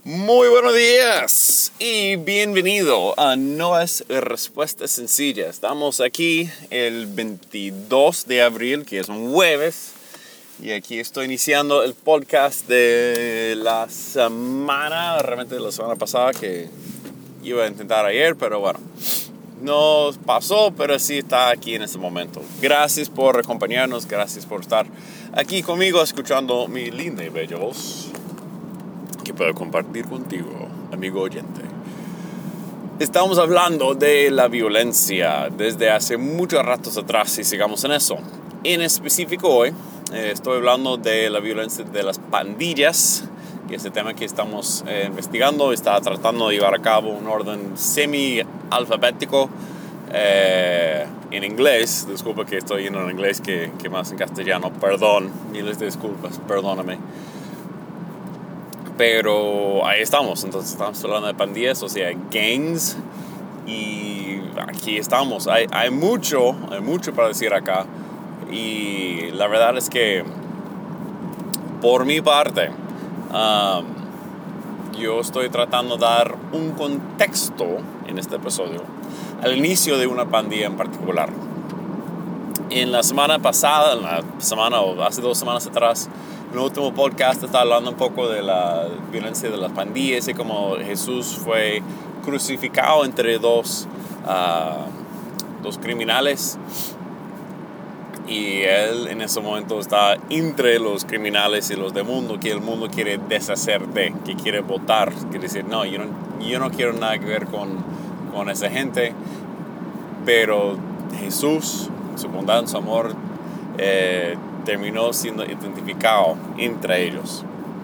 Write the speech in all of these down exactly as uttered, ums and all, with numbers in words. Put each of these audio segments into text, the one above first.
Muy buenos días y bienvenido a Nuevas Respuestas Sencillas. Estamos aquí el veintidós de abril, que es un jueves, y aquí estoy iniciando el podcast de la semana, realmente de la semana pasada, que iba a intentar ayer, pero bueno, no pasó, pero sí está aquí en este momento. Gracias por acompañarnos, gracias por estar aquí conmigo escuchando mi linda y bella voz que puedo compartir contigo, amigo oyente. Estamos hablando de la violencia desde hace muchos ratos atrás y sigamos en eso. En específico hoy eh, estoy hablando de la violencia de las pandillas, que es el tema que estamos eh, investigando. Está tratando de llevar a cabo un orden semi-alfabético eh, en inglés. Disculpa que estoy yendo en inglés que, que más en castellano. Perdón, miles de disculpas, perdóname. Pero ahí estamos, entonces estamos hablando de pandillas, o sea, gangs, y aquí estamos. Hay, hay mucho, hay mucho para decir acá, y la verdad es que, por mi parte, um, yo estoy tratando de dar un contexto en este episodio, al inicio de una pandilla en particular. En la semana pasada, en la semana o hace dos semanas atrás, en el último podcast estaba hablando un poco de la violencia de las pandillas y cómo Jesús fue crucificado entre dos, uh, dos criminales. Y él en ese momento está entre los criminales y los del mundo, que el mundo quiere deshacer de, que quiere votar. Quiere decir, no, yo no, yo no quiero nada que ver con, con esa gente. Pero Jesús, su bondad, su amor, eh, terminó siendo identificado entre ellos.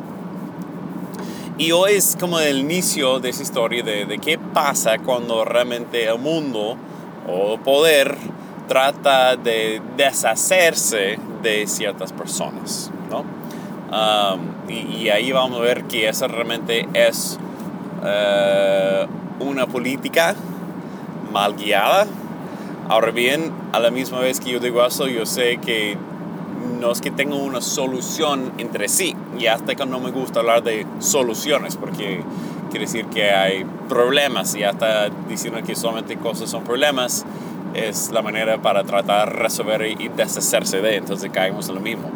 Y hoy es como el inicio de esa historia de, de qué pasa cuando realmente el mundo o el poder trata de deshacerse de ciertas personas, ¿no? Um, y, y ahí vamos a ver que esa realmente es uh, una política mal guiada. Ahora bien, a la misma vez que yo digo eso, yo sé que no es que tenga una solución entre sí, y hasta que no me gusta hablar de soluciones, porque quiere decir que hay problemas, y hasta diciendo que solamente cosas son problemas es la manera para tratar de resolver y deshacerse de, entonces caemos en lo mismo.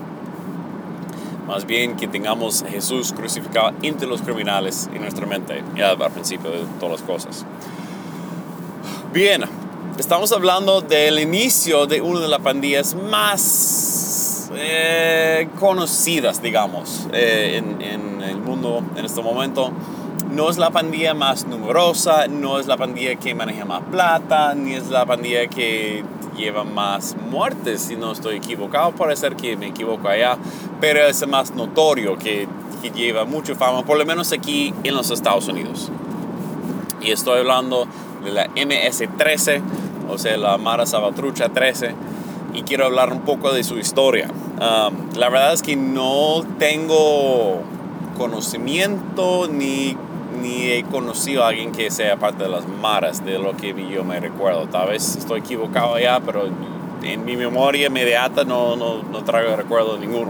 Más bien que tengamos a Jesús crucificado entre los criminales en nuestra mente, ya al principio de todas las cosas. Bien, estamos hablando del inicio de una de las pandillas más eh, conocidas, digamos, eh, en, en el mundo en este momento. No es la pandilla más numerosa, no es la pandilla que maneja más plata, ni es la pandilla que lleva más muertes, si no estoy equivocado. Puede ser que me equivoco allá, pero es el más notorio, que, que lleva mucha fama, por lo menos aquí en los Estados Unidos. Y estoy hablando de la eme ese trece, o sea, la Mara Salvatrucha trece, y quiero hablar un poco de su historia. Um, la verdad es que no tengo conocimiento ni, ni he conocido a alguien que sea parte de las Maras, de lo que yo me recuerdo. Tal vez estoy equivocado allá, pero en mi memoria inmediata no, no, no traigo recuerdo ninguno.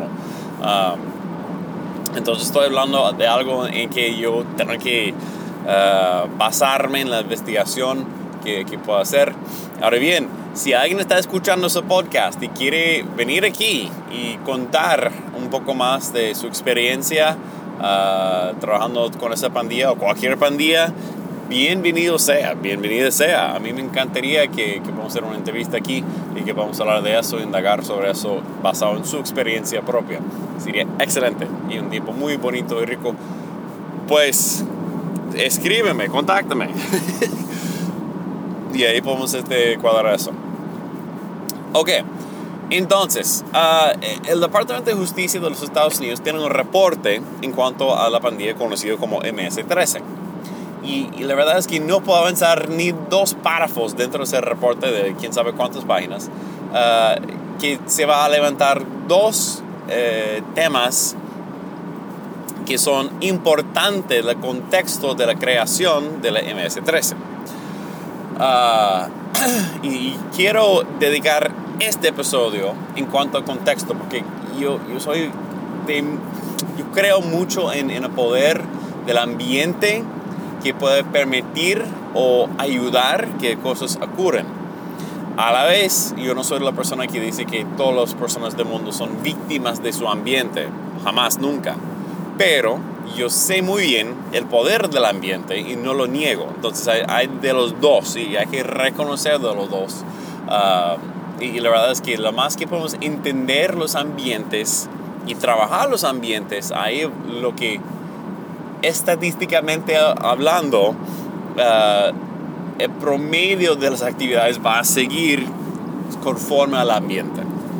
Um, entonces estoy hablando de algo en que yo tengo que uh, basarme en la investigación que, que puedo hacer. Ahora bien, si alguien está escuchando ese podcast y quiere venir aquí y contar un poco más de su experiencia uh, trabajando con esa pandilla o cualquier pandilla, bienvenido sea, bienvenida sea. A mí me encantaría que, que podamos hacer una entrevista aquí y que podamos hablar de eso, indagar sobre eso basado en su experiencia propia. Sería excelente y un tiempo muy bonito y rico. Pues escríbeme, contáctame. Y ahí podemos este, cuadrar eso. Ok, entonces, uh, el Departamento de Justicia de los Estados Unidos tiene un reporte en cuanto a la pandilla conocida como eme ese trece. Y, y la verdad es que no puedo avanzar ni dos párrafos dentro de ese reporte de quién sabe cuántas páginas, uh, que se va a levantar dos uh, temas que son importantes del contexto de la creación de la eme ese trece. Uh, y quiero dedicar este episodio en cuanto al contexto, porque yo, yo soy de, yo creo mucho en, en el poder del ambiente que puede permitir o ayudar que cosas ocurran. A la vez, yo no soy la persona que dice que todas las personas del mundo son víctimas de su ambiente. Jamás, nunca. Pero yo sé muy bien el poder del ambiente y no lo niego. Entonces hay, hay de los dos y hay que reconocer de los dos. Uh, y, y la verdad es que lo más que podemos entender los ambientes y trabajar los ambientes, ahí lo que estadísticamente hablando, uh, el promedio de las actividades va a seguir conforme al ambiente.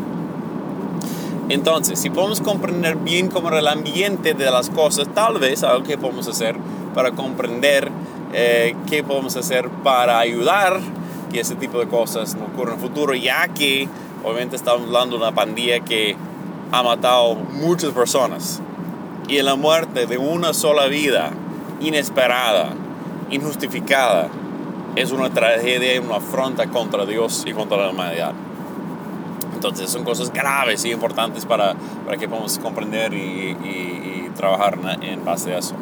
Entonces, si podemos comprender bien cómo era el ambiente de las cosas, tal vez algo que podemos hacer para comprender eh, qué podemos hacer para ayudar que ese tipo de cosas no ocurran en el futuro, ya que obviamente estamos hablando de una pandilla que ha matado muchas personas. Y en la muerte de una sola vida, inesperada, injustificada, es una tragedia y una afrenta contra Dios y contra la humanidad. Entonces son cosas graves y importantes para, para que podamos comprender y, y, y trabajar en base a eso.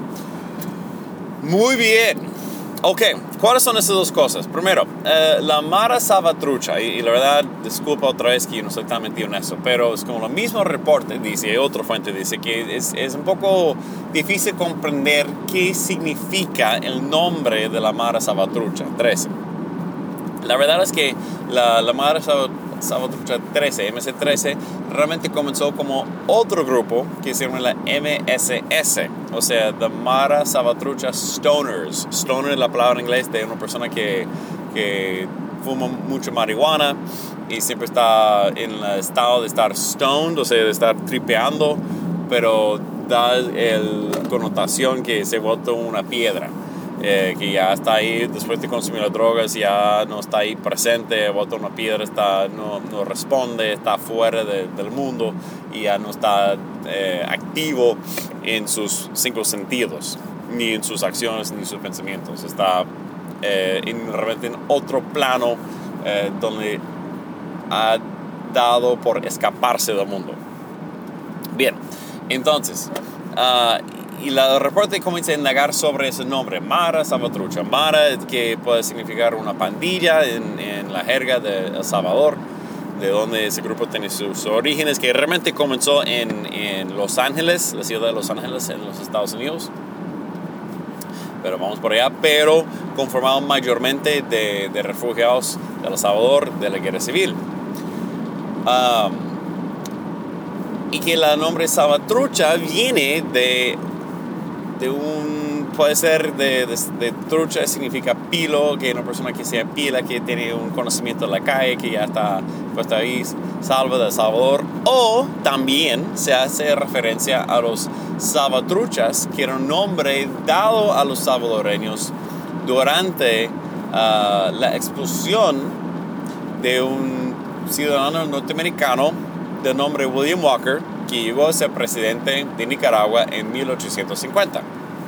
Muy bien. Ok, ¿cuáles son esas dos cosas? Primero, eh, la Mara Salvatrucha, y, y la verdad, disculpa otra vez que yo no estoy tan metido en eso, pero es como el mismo reporte, dice, otra fuente dice que es, es un poco difícil comprender qué significa el nombre de la Mara Salvatrucha trece. La verdad es que la, la Mara Salvatrucha Salvatrucha trece, M S trece, realmente comenzó como otro grupo que se llama la M S S, o sea, The Mara Salvatrucha Stoners. Stoner es la palabra en inglés de una persona que, que fuma mucha marihuana y siempre está en el estado de estar stoned, o sea, de estar tripeando, pero da la connotación que se vuelve una piedra. Eh, que ya está ahí después de consumir las drogas, ya no está ahí presente, bota una piedra, está, no, no responde, está fuera de, del mundo y ya no está eh, activo en sus cinco sentidos, ni en sus acciones, ni en sus pensamientos. Está eh, en, realmente en otro plano eh, donde ha dado por escaparse del mundo. Bien, entonces... Uh, Y el reporte comienza a indagar sobre ese nombre, Mara Salvatrucha. Mara, que puede significar una pandilla en, en la jerga de El Salvador, de donde ese grupo tiene sus orígenes, que realmente comenzó en, en Los Ángeles, la ciudad de Los Ángeles, en los Estados Unidos. Pero vamos por allá, pero conformado mayormente de, de refugiados de El Salvador de la guerra civil. Um, y que el nombre Salvatrucha viene de... de un, puede ser de, de, de trucha, significa pilo, que es una persona que se pila, que tiene un conocimiento de la calle, que ya está puesta ahí, salva de El Salvador. O también se hace referencia a los salvatruchas, que era un nombre dado a los salvadoreños durante uh, la expulsión de un ciudadano norteamericano de nombre William Walker, que llegó a ser presidente de Nicaragua en mil ochocientos cincuenta.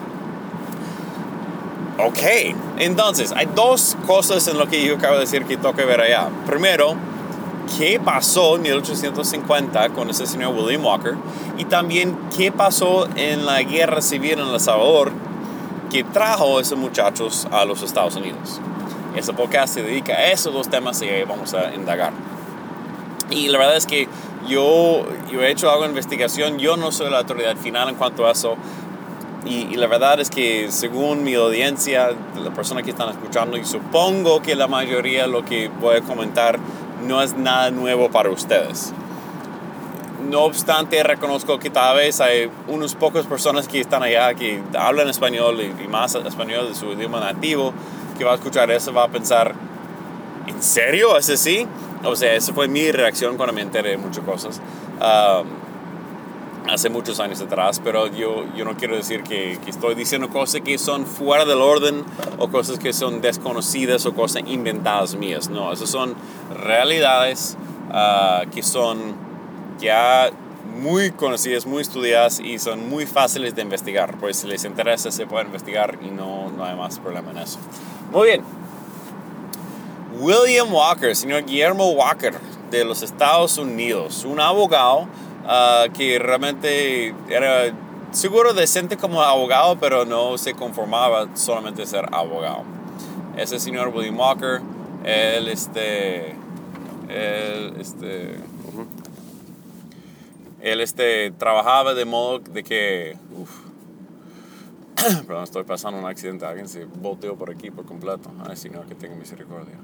Ok, entonces hay dos cosas en lo que yo acabo de decir que toca ver allá. Primero, ¿qué pasó en mil ochocientos cincuenta con ese señor William Walker? Y también, ¿qué pasó en la guerra civil en El Salvador que trajo a esos muchachos a los Estados Unidos? Este podcast se dedica a esos dos temas y vamos a indagar. Y la verdad es que yo, yo he hecho algo de investigación. Yo no soy la autoridad final en cuanto a eso. Y, y la verdad es que según mi audiencia, la persona que están escuchando, y supongo que la mayoría de lo que voy a comentar no es nada nuevo para ustedes. No obstante, reconozco que tal vez hay unas pocas personas que están allá que hablan español y, y más español de su idioma nativo, que va a escuchar eso, va a pensar, ¿en serio? ¿Es así? O sea, esa fue mi reacción cuando me enteré de muchas cosas um, hace muchos años atrás, pero yo, yo no quiero decir que, que estoy diciendo cosas que son fuera del orden o cosas que son desconocidas o cosas inventadas mías. No, esas son realidades uh, que son ya muy conocidas, muy estudiadas y son muy fáciles de investigar. Pues si les interesa se puede investigar y no, no hay más problema en eso. Muy bien. William Walker, señor Guillermo Walker, de los Estados Unidos, un abogado uh, que realmente era seguro decente como abogado, pero no se conformaba solamente ser abogado. Ese señor William Walker, él, este, él, este, uh-huh. él, este, trabajaba de modo de que, uf, perdón, estoy pasando un accidente, alguien se volteó por aquí por completo. Ay, Señor, que tenga misericordia.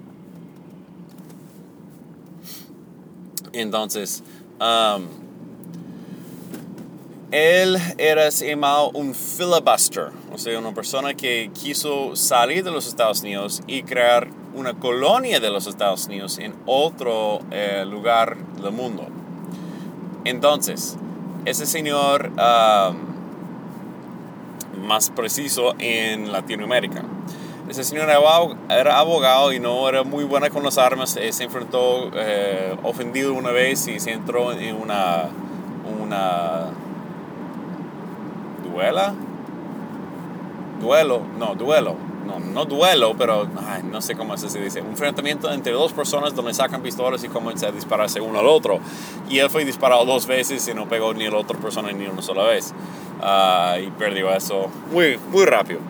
Entonces, um, él era se llamaba un filibuster, o sea, una persona que quiso salir de los Estados Unidos y crear una colonia de los Estados Unidos en otro eh, lugar del mundo. Entonces, ese señor, um, más preciso, en Latinoamérica. Ese señor era abogado y no era muy buena con las armas. Se enfrentó eh, ofendido una vez y se entró en una... una ¿Duela? Duelo, no, duelo. No, no duelo, pero ay, no sé cómo se dice. Un enfrentamiento entre dos personas donde sacan pistolas y comienzan a dispararse uno al otro. Y él fue disparado dos veces y no pegó ni a la otra persona ni una sola vez. Uh, y perdió eso muy, muy rápido.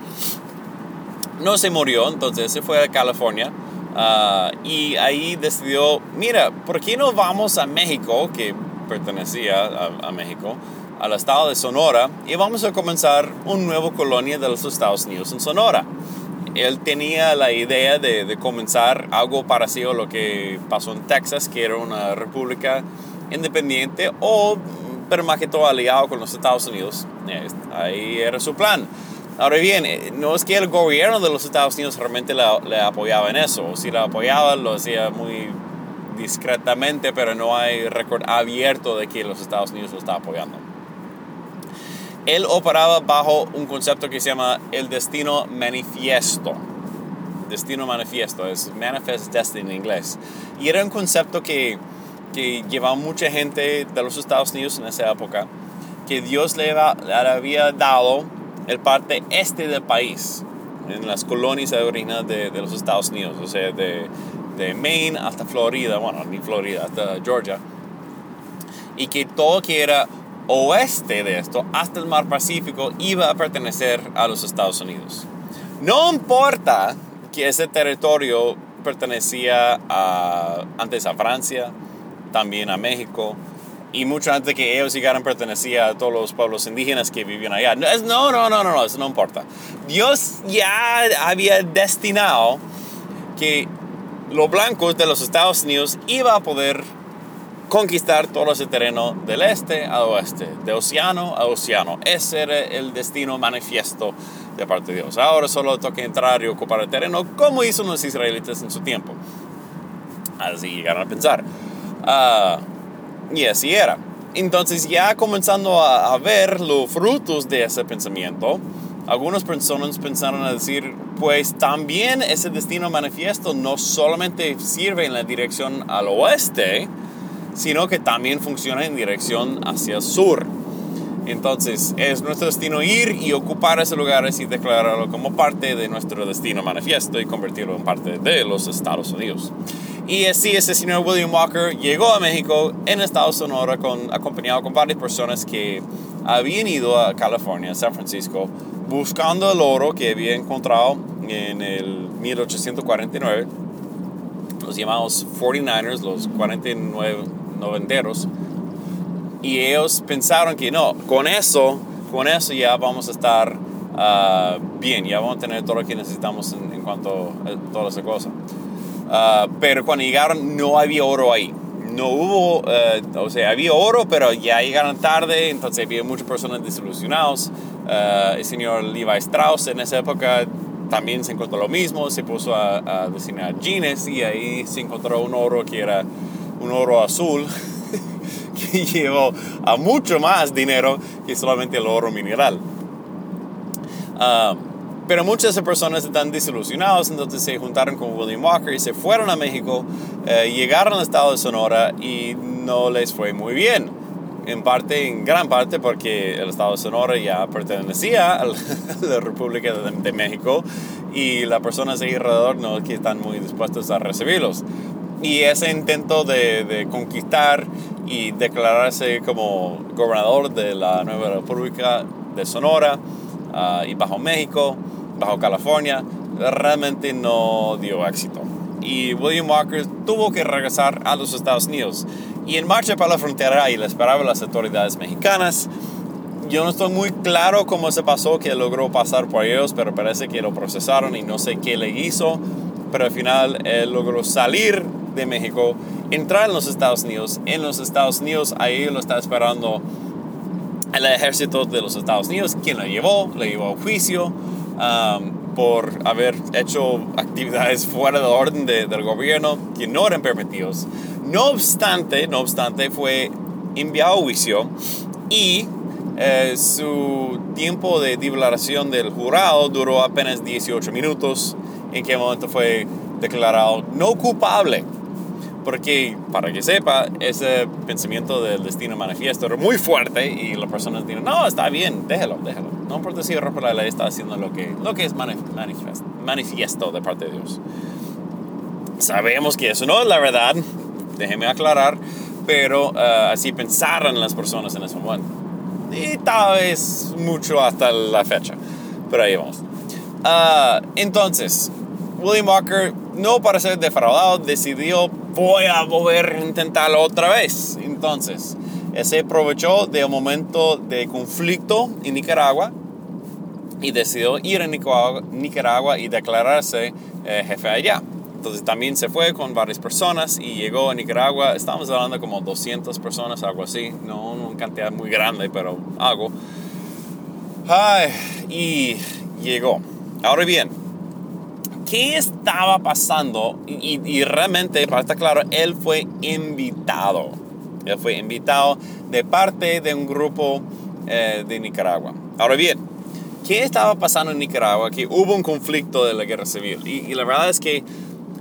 No se murió, entonces se fue a California. Uh, y ahí decidió, mira, ¿por qué no vamos a México, que pertenecía a, a México, al estado de Sonora, y vamos a comenzar una nueva colonia de los Estados Unidos en Sonora? Él tenía la idea de, de comenzar algo parecido a lo que pasó en Texas, que era una república independiente o, pero más que todo, aliado con los Estados Unidos. Ahí era su plan. Ahora bien, no es que el gobierno de los Estados Unidos realmente le, le apoyaba en eso. O si le apoyaba, lo hacía muy discretamente, pero no hay récord abierto de que los Estados Unidos lo está apoyando. Él operaba bajo un concepto que se llama el destino manifiesto. Destino manifiesto, es Manifest Destiny en inglés. Y era un concepto que, que llevaba mucha gente de los Estados Unidos en esa época, que Dios le, le había dado el parte este del país, en las colonias originales de, de los Estados Unidos, o sea, de, de Maine hasta Florida, bueno, ni Florida, hasta Georgia, y que todo que era oeste de esto, hasta el mar Pacífico, iba a pertenecer a los Estados Unidos. No importa que ese territorio pertenecía a, antes a Francia, también a México, y mucho antes de que ellos llegaran pertenecía a todos los pueblos indígenas que vivían allá. No, no, no, no, no, eso no importa. Dios ya había destinado que los blancos de los Estados Unidos iban a poder conquistar todo ese terreno del este al oeste, de océano a océano. Ese era el destino manifiesto de parte de Dios. Ahora solo toca entrar y ocupar el terreno como hizo los israelitas en su tiempo. Así llegaron a pensar. Uh, Y así era. Entonces, ya comenzando a, a ver los frutos de ese pensamiento, algunas personas pensaron a decir, pues también ese destino manifiesto no solamente sirve en la dirección al oeste, sino que también funciona en dirección hacia el sur. Entonces, es nuestro destino ir y ocupar esos lugares y declararlo como parte de nuestro destino manifiesto y convertirlo en parte de los Estados Unidos. Y así ese señor William Walker llegó a México en el estado de Sonora con, acompañado con varias personas que habían ido a California, San Francisco, buscando el oro que había encontrado en el mil ochocientos cuarenta y nueve. Los llamados cuarenta y nueve ers, los cuarenta y nueve noventeros. Y ellos pensaron que no, con eso, con eso ya vamos a estar uh, bien, ya vamos a tener todo lo que necesitamos en, en cuanto a toda esa cosa. Uh, pero cuando llegaron no había oro ahí. No hubo, uh, o sea, había oro, pero ya llegaron tarde, entonces había muchas personas desilusionadas. Uh, el señor Levi Strauss en esa época también se encontró lo mismo, se puso a, a diseñar jeans y ahí se encontró un oro que era un oro azul que llevó a mucho más dinero que solamente el oro mineral. Uh, Pero muchas de esas personas están desilusionadas, entonces se juntaron con William Walker y se fueron a México, eh, llegaron al estado de Sonora y no les fue muy bien. En parte, en gran parte, porque el estado de Sonora ya pertenecía a la República de, de México y las personas ahí alrededor no que están muy dispuestas a recibirlos. Y ese intento de, de conquistar y declararse como gobernador de la nueva República de Sonora uh, y Bajo México, Bajo California, realmente no dio éxito. Y William Walker tuvo que regresar a los Estados Unidos. Y en marcha para la frontera, y le esperaban las autoridades mexicanas. Yo no estoy muy claro cómo se pasó que logró pasar por ellos, pero parece que lo procesaron y no sé qué le hizo. Pero al final él logró salir de México, entrar en los Estados Unidos. En los Estados Unidos, ahí lo está esperando el ejército de los Estados Unidos, quien lo llevó, le llevó a juicio um, por haber hecho actividades fuera de orden de, del gobierno que no eran permitidos. No obstante, no obstante, fue enviado a juicio y eh, su tiempo de deliberación del jurado duró apenas dieciocho minutos, en que momento fue declarado no culpable. Porque, para que sepa, ese pensamiento del destino manifiesto era muy fuerte y las personas dijeron, no, está bien, déjalo, déjalo. No importa si rompe la ley, está haciendo lo que, lo que es manifiesto, manifiesto de parte de Dios. Sabemos que eso no es la verdad, déjeme aclarar, pero uh, así pensaron las personas en ese momento. Y tal vez mucho hasta la fecha, pero ahí vamos. Uh, entonces, William Walker, no para ser defraudado, decidió, voy a volver a intentarlo otra vez. Entonces, se aprovechó de un momento de conflicto en Nicaragua y decidió ir a Nicaragua, Nicaragua y declararse eh, jefe allá. Entonces también se fue con varias personas y llegó a Nicaragua. Estamos hablando como doscientas personas, algo así. No una cantidad muy grande, pero algo. Ay, y llegó. Ahora bien, ¿qué estaba pasando? Y, y realmente, para estar claro, él fue invitado. Él fue invitado de parte de un grupo eh, de Nicaragua. Ahora bien, ¿qué estaba pasando en Nicaragua? Que hubo un conflicto de la guerra civil. Y, y la verdad es que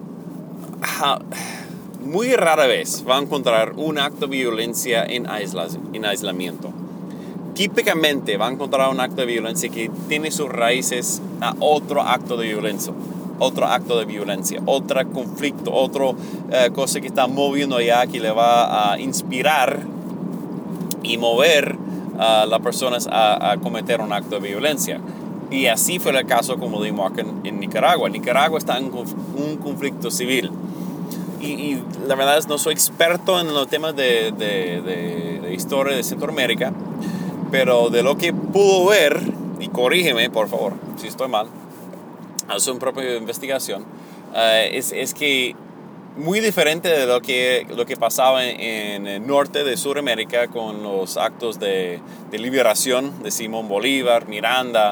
ja, muy rara vez va a encontrar un acto de violencia en, aisla, en aislamiento. Típicamente va a encontrar un acto de violencia que tiene sus raíces a otro acto de violencia. Otro acto de violencia, otro conflicto, otra uh, cosa que está moviendo allá que le va a inspirar y mover a uh, las personas a, a cometer un acto de violencia. Y así fue el caso como dimos acá en, en Nicaragua. Nicaragua está en un conflicto civil. Y, y la verdad es que no soy experto en los temas de, de, de, de historia de Centroamérica, pero de lo que puedo ver, y corrígeme por favor si estoy mal, a su propia investigación, uh, es, es que muy diferente de lo que, lo que pasaba en, en el norte de Sudamérica con los actos de, de liberación de Simón Bolívar, Miranda,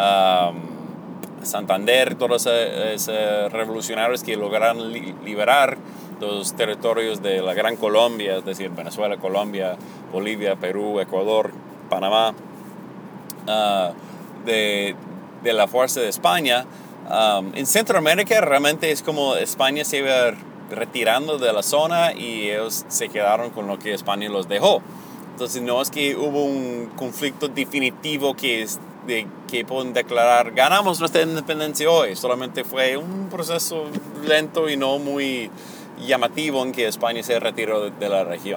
um, Santander, todos esos revolucionarios que lograron li- liberar los territorios de la Gran Colombia, es decir, Venezuela, Colombia, Bolivia, Perú, Ecuador, Panamá, uh, de, de la fuerza de España. Um, en Centroamérica realmente es como España se iba retirando de la zona y ellos se quedaron con lo que España los dejó. Entonces no es que hubo un conflicto definitivo que, es de, que pueden declarar ganamos nuestra independencia hoy. Solamente fue un proceso lento y no muy llamativo en que España se retiró de, de la región.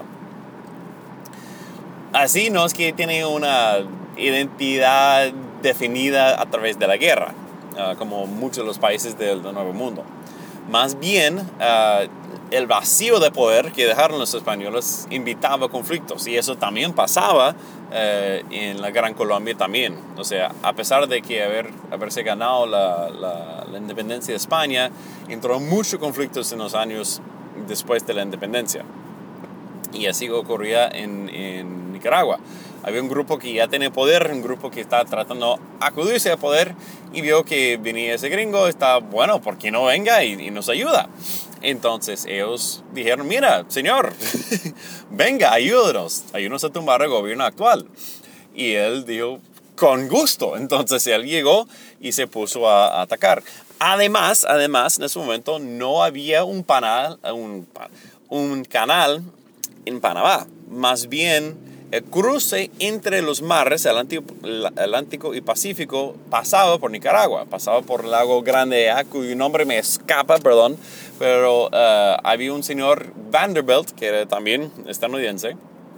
Así no es que tiene una identidad definida a través de la guerra. Uh, como muchos de los países del, del Nuevo Mundo. Más bien, uh, el vacío de poder que dejaron los españoles invitaba a conflictos. Y eso también pasaba uh, en la Gran Colombia también. O sea, a pesar de que haber, haberse ganado la, la, la independencia de España, entró muchos conflictos en los años después de la independencia. Y así ocurría en, en Nicaragua. Había un grupo que ya tenía poder, un grupo que estaba tratando de acudirse al poder y vio que venía ese gringo, está bueno, ¿por qué no venga y, y nos ayuda? Entonces ellos dijeron, mira, señor, venga, ayúdanos, ayúdanos a tumbar el gobierno actual. Y él dijo, con gusto. Entonces él llegó y se puso a, a atacar. Además, además, en ese momento no había un, panal, un, un canal en Panamá, más bien el cruce entre los mares, el Atlántico, el Atlántico y Pacífico, pasaba por Nicaragua, pasaba por el lago Grande, cuyo nombre me escapa, perdón, pero uh, había un señor Vanderbilt, que era también estadounidense,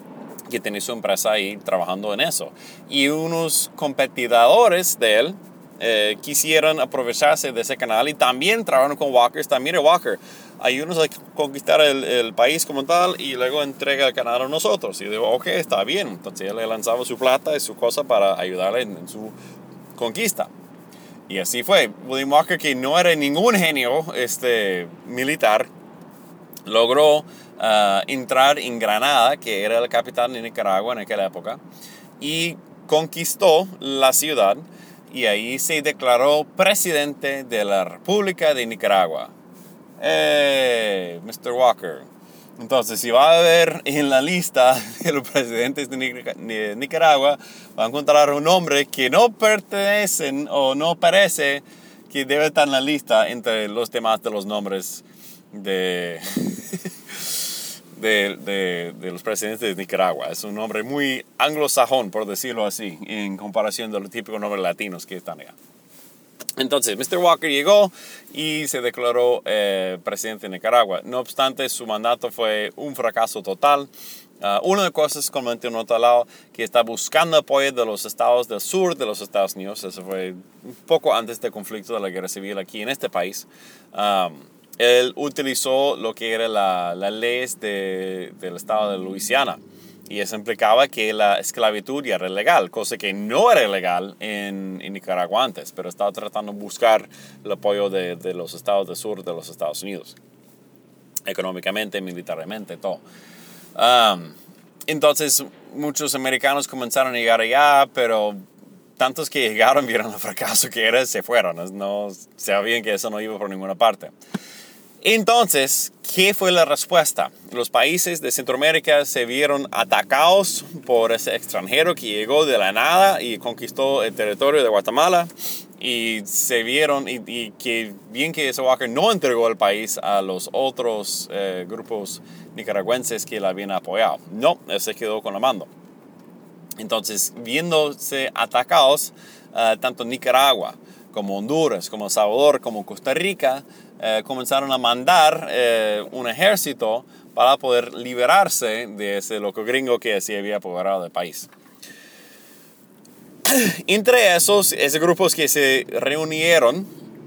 que tenía su empresa ahí trabajando en eso. Y unos competidores de él eh, quisieron aprovecharse de ese canal y también trabajaron con Walker. Está, mire Walker, ayúdanos a conquistar el, el país como tal y luego entrega el canal a nosotros. Y yo digo, ok, está bien. Entonces él le lanzaba su plata y su cosa para ayudarle en, en su conquista. Y así fue. William Walker, que no era ningún genio este, militar, logró uh, entrar en Granada, que era la capital de Nicaragua en aquella época, y conquistó la ciudad y ahí se declaró presidente de la República de Nicaragua. ¡Eh, mister Walker! Entonces, si va a ver en la lista de los presidentes de Nicaragua, va a encontrar un nombre que no pertenecen o no parece que debe estar en la lista entre los demás de los nombres de, de, de, de los presidentes de Nicaragua. Es un nombre muy anglosajón, por decirlo así, en comparación de los típicos nombres latinos que están allá. Entonces, mister Walker llegó y se declaró eh, presidente de Nicaragua. No obstante, su mandato fue un fracaso total. Uh, una de las cosas, como en otro lado, que está buscando apoyo de los estados del sur de los Estados Unidos. Eso fue un poco antes del conflicto de la guerra civil aquí en este país. Um, él utilizó lo que eran la, las leyes de, del estado de Luisiana. Y eso implicaba que la esclavitud ya era legal, cosa que no era legal en, en Nicaragua antes, pero estaba tratando de buscar el apoyo de, de los estados del sur de los Estados Unidos, económicamente, militarmente, todo. Um, entonces, muchos americanos comenzaron a llegar allá, pero tantos que llegaron vieron el fracaso que era, se fueron, no sabían que eso no iba por ninguna parte. Entonces, ¿qué fue la respuesta? Los países de Centroamérica se vieron atacados por ese extranjero que llegó de la nada y conquistó el territorio de Guatemala. Y se vieron, y, y que bien que ese Walker no entregó el país a los otros eh, grupos nicaragüenses que la habían apoyado. No, él se quedó con la mando. Entonces, viéndose atacados, uh, tanto Nicaragua como Honduras, como El Salvador, como Costa Rica, eh, comenzaron a mandar eh, un ejército para poder liberarse de ese loco gringo que se había apoderado del país. Entre esos, esos grupos que se reunieron,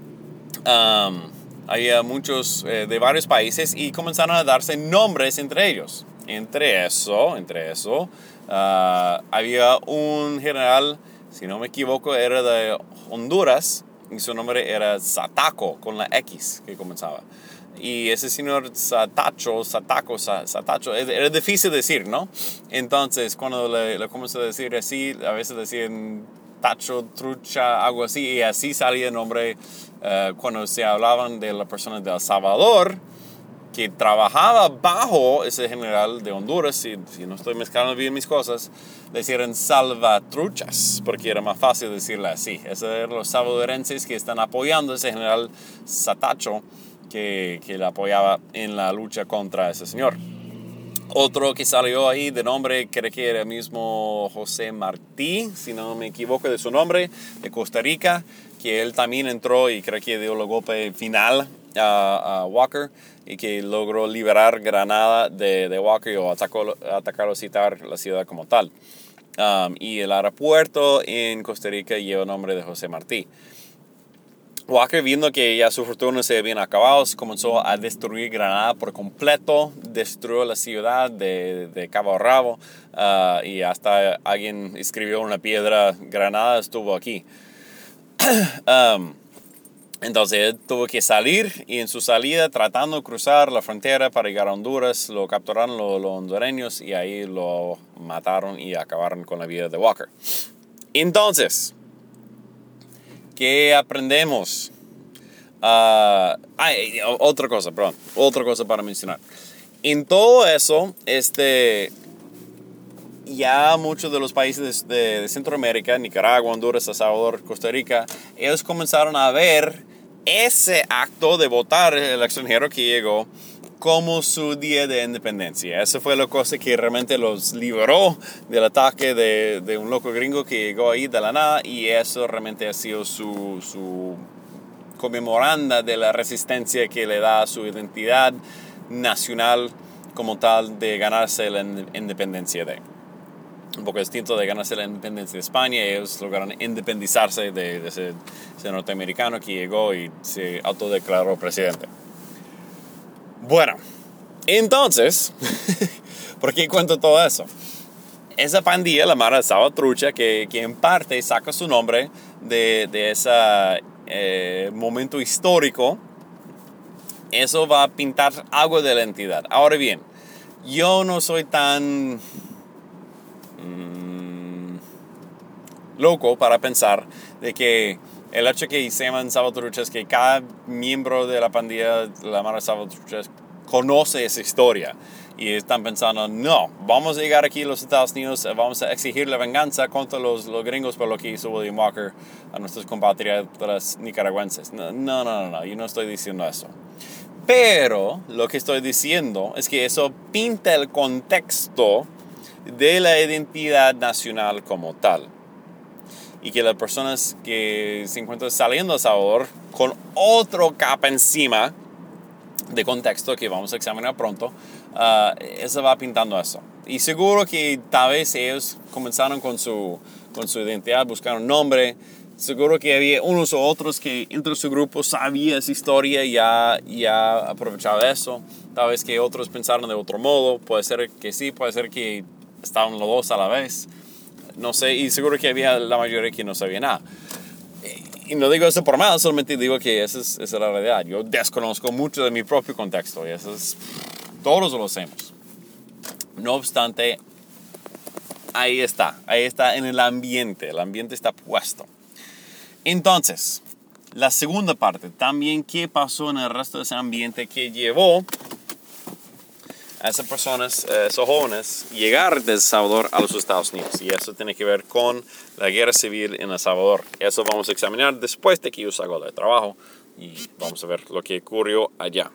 um, había muchos eh, de varios países y comenzaron a darse nombres entre ellos. Entre eso, entre eso, uh, había un general, si no me equivoco, era de Honduras, y su nombre era Sataco, con la X que comenzaba. Y ese señor Satacho, Sataco, Satacho, era difícil decir, ¿no? Entonces, cuando le, le comencé a decir así, a veces decían Tacho, Trucha, algo así, y así salía el nombre uh, cuando se hablaban de la persona de El Salvador, que trabajaba bajo ese general de Honduras, si, si no estoy mezclando bien mis cosas, le decían salvatruchas, porque era más fácil decirle así. Esos eran los salvadorenses que están apoyando a ese general Satacho, que, que le apoyaba en la lucha contra ese señor. Otro que salió ahí de nombre, creo que era el mismo José Martí, si no me equivoco de su nombre, de Costa Rica, que él también entró y creo que dio el golpe final a, a Walker y que logró liberar Granada de, de Walker o atacó, atacar o citar la ciudad como tal. Um, y el aeropuerto en Costa Rica lleva el nombre de José Martí. Walker, viendo que ya su fortuna se había acabado, comenzó a destruir Granada por completo, destruyó la ciudad de, de cabo a rabo uh, y hasta alguien escribió una piedra, Granada estuvo aquí. um, Entonces él tuvo que salir y en su salida, tratando de cruzar la frontera para llegar a Honduras, lo capturaron los, los hondureños y ahí lo mataron y acabaron con la vida de Walker. Entonces, ¿qué aprendemos? Uh, ay, otra cosa, perdón, otra cosa para mencionar. En todo eso, este, ya muchos de los países de, de Centroamérica, Nicaragua, Honduras, El Salvador, Costa Rica, ellos comenzaron a ver ese acto de votar el extranjero que llegó como su día de independencia. Esa fue la cosa que realmente los liberó del ataque de, de un loco gringo que llegó ahí de la nada, y eso realmente ha sido su, su conmemoranda de la resistencia que le da a su identidad nacional como tal de ganarse la independencia de. un poco distinto de ganarse la independencia de España. Ellos lograron independizarse de, de ese, ese norteamericano que llegó y se autodeclaró presidente. Bueno, entonces, ¿por qué cuento todo eso? Esa pandilla, la Mara Salvatrucha, que, que en parte saca su nombre de, de ese eh, momento histórico, eso va a pintar algo de la entidad. Ahora bien, yo no soy tan mmm, loco para pensar de que el hecho que se llaman salvatruchas, que cada miembro de la pandilla, la Mara Salvatrucha, conoce esa historia. Y están pensando, no, vamos a llegar aquí a los Estados Unidos, vamos a exigir la venganza contra los, los gringos por lo que hizo William Walker a nuestros compatriotas nicaragüenses. No, no, no, no, yo no estoy diciendo eso. Pero lo que estoy diciendo es que eso pinta el contexto de la identidad nacional como tal. Y que las personas que se encuentran saliendo de El Salvador con otro capa encima de contexto que vamos a examinar pronto, uh, eso va pintando eso. Y seguro que tal vez ellos comenzaron con su, con su identidad, buscaron un nombre. Seguro que había unos u otros que entre su grupo sabía esa historia y ya, ya aprovechaba eso. Tal vez que otros pensaron de otro modo. Puede ser que sí, puede ser que estaban los dos a la vez. No sé, y seguro que había la mayoría que no sabía nada. Y no digo eso por mal, solamente digo que esa es, esa es la realidad. Yo desconozco mucho de mi propio contexto y eso es, todos lo hacemos. No obstante, ahí está, ahí está en el ambiente, el ambiente está puesto. Entonces, la segunda parte, también qué pasó en el resto de ese ambiente que llevó a esas personas, eh, esos jóvenes, llegar de El Salvador a los Estados Unidos. Y eso tiene que ver con la guerra civil en El Salvador. Eso vamos a examinar después de que yo salga del trabajo y vamos a ver lo que ocurrió allá.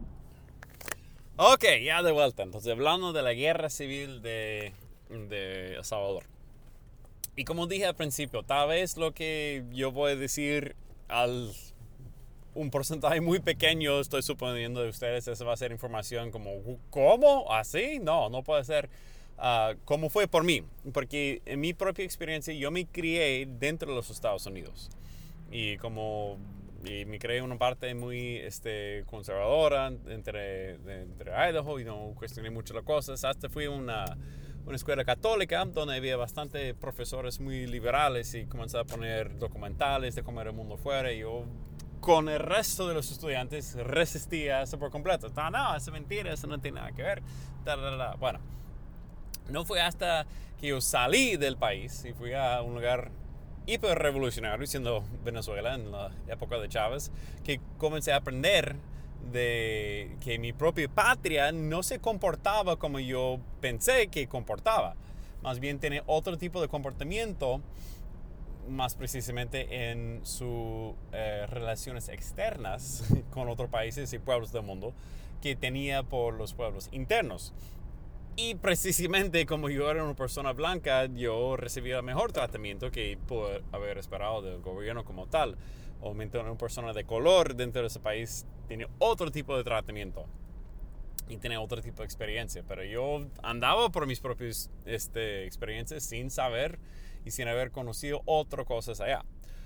Ok, ya de vuelta. Entonces, hablando de la guerra civil de, de El Salvador. Y como dije al principio, tal vez lo que yo voy a decir al un porcentaje muy pequeño, estoy suponiendo de ustedes, eso va a ser información como, ¿cómo? ¿Así? No, no puede ser uh, como fue por mí. Porque en mi propia experiencia, yo me crié dentro de los Estados Unidos. Y como y me crié en una parte muy este, conservadora entre, de, entre Idaho y no cuestioné mucho las cosas. Hasta fui a una, una escuela católica donde había bastante profesores muy liberales y comencé a poner documentales de cómo era el mundo fuera. Y yo, con el resto de los estudiantes, resistía eso por completo. No, no, eso es mentira, eso no tiene nada que ver. Bueno, no fue hasta que yo salí del país y fui a un lugar hiper revolucionario, siendo Venezuela en la época de Chávez, que comencé a aprender de que mi propia patria no se comportaba como yo pensé que comportaba. Más bien tiene otro tipo de comportamiento, más precisamente en sus eh, relaciones externas con otros países y pueblos del mundo que tenía por los pueblos internos. Y precisamente como yo era una persona blanca, yo recibía mejor tratamiento que pude haber esperado del gobierno como tal. Obviamente una persona de color dentro de ese país tiene otro tipo de tratamiento y tiene otro tipo de experiencia. Pero yo andaba por mis propias este, experiencias sin saber y sin haber conocido otras cosas allá.